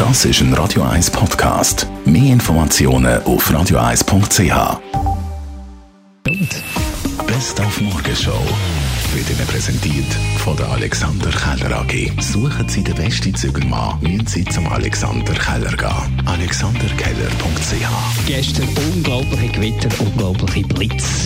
Das ist ein Radio 1 Podcast. Mehr Informationen auf radio1.ch. Best auf Morgenshow wird Ihnen präsentiert von der Alexander Keller AG. Suchen Sie den besten Zügelmann, müssen Sie zum Alexander Keller gehen. alexanderkeller.ch. Gestern unglaubliche Gewitter, unglaubliche Blitz.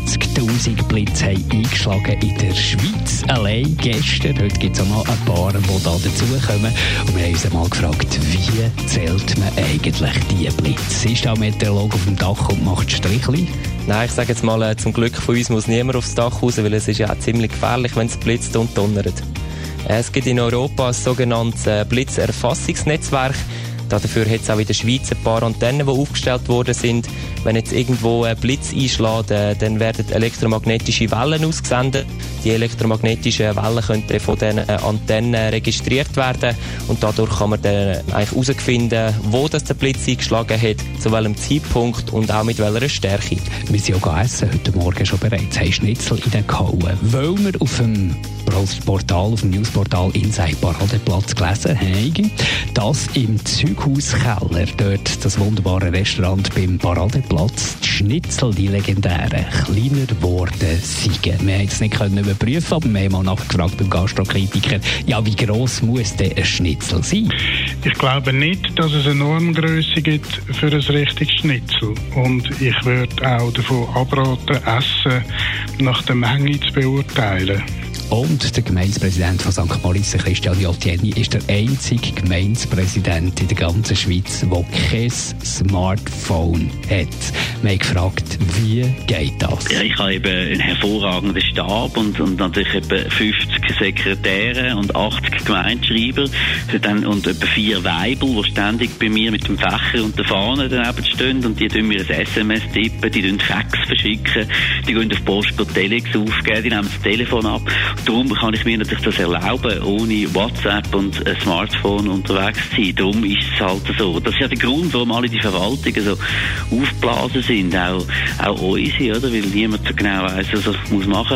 40'000 Blitze haben eingeschlagen in der Schweiz. Allein gestern. Heute gibt es auch noch ein paar, die da dazukommen. Und wir haben uns einmal gefragt, wie zählt man eigentlich diese Blitze? Ist da ein Meteorologe auf dem Dach und macht Strichli? Nein, ich sage jetzt mal, zum Glück von uns muss niemand aufs Dach raus, weil es ist ja auch ziemlich gefährlich, wenn es blitzt und donnert. Es gibt in Europa ein sogenanntes Blitzerfassungsnetzwerk. Dafür hat es auch in der Schweiz ein paar Antennen, die aufgestellt worden sind. Wenn jetzt irgendwo ein Blitz einschlägt, dann werden elektromagnetische Wellen ausgesendet. Die elektromagnetischen Wellen können von diesen Antennen registriert werden. Und dadurch kann man dann eigentlich herausfinden, wo das der Blitz eingeschlagen hat, zu welchem Zeitpunkt und auch mit welcher Stärke. Wir sind ja essen heute Morgen schon bereits. Haben Schnitzel in den gehauen. Weil wir auf dem Portal, auf dem Newsportal Inside Paradeplatz gelesen haben, dass im Zeughauskeller, dort das wunderbare Restaurant beim Paradeplatz, die Schnitzel, die legendären, kleiner geworden sind. Wir haben es nicht überprüfen, aber wir haben mal nachgefragt beim Gastrokritiker, ja, wie gross muss denn ein Schnitzel sein? Ich glaube nicht, dass es eine Normgröße gibt für ein richtiges Schnitzel. Und ich würde auch davon abraten, Essen nach der Menge zu beurteilen. Und der Gemeindepräsident von St. Moritz, Christian Joltieni, ist der einzige Gemeindepräsident in der ganzen Schweiz, der kein Smartphone hat. Wir haben gefragt, wie geht das? Ja, ich habe eben einen hervorragenden Stab und natürlich etwa 50 Sekretäre und 80 Gemeindeschreiber und etwa 4 Weibel, die ständig bei mir mit dem Fächer und der Fahne daneben stehen und die tun mir ein SMS tippen, die tun Fax verschicken, die gehen auf Post und Telex aufgeben, die nehmen das Telefon ab. Darum kann ich mir natürlich das erlauben, ohne WhatsApp und ein Smartphone unterwegs zu sein. Darum ist es halt so. Das ist ja der Grund, warum alle die Verwaltungen so aufgeblasen sind, auch unsere, oder? Weil niemand so genau weiss, was er machen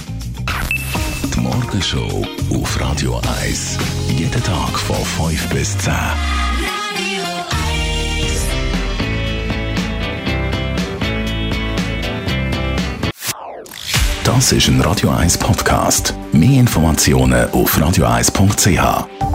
muss. Die Morgenshow auf Radio 1. Jeden Tag von 5 bis 10. Das ist ein Radio 1 Podcast. Mehr Informationen auf radio1.ch.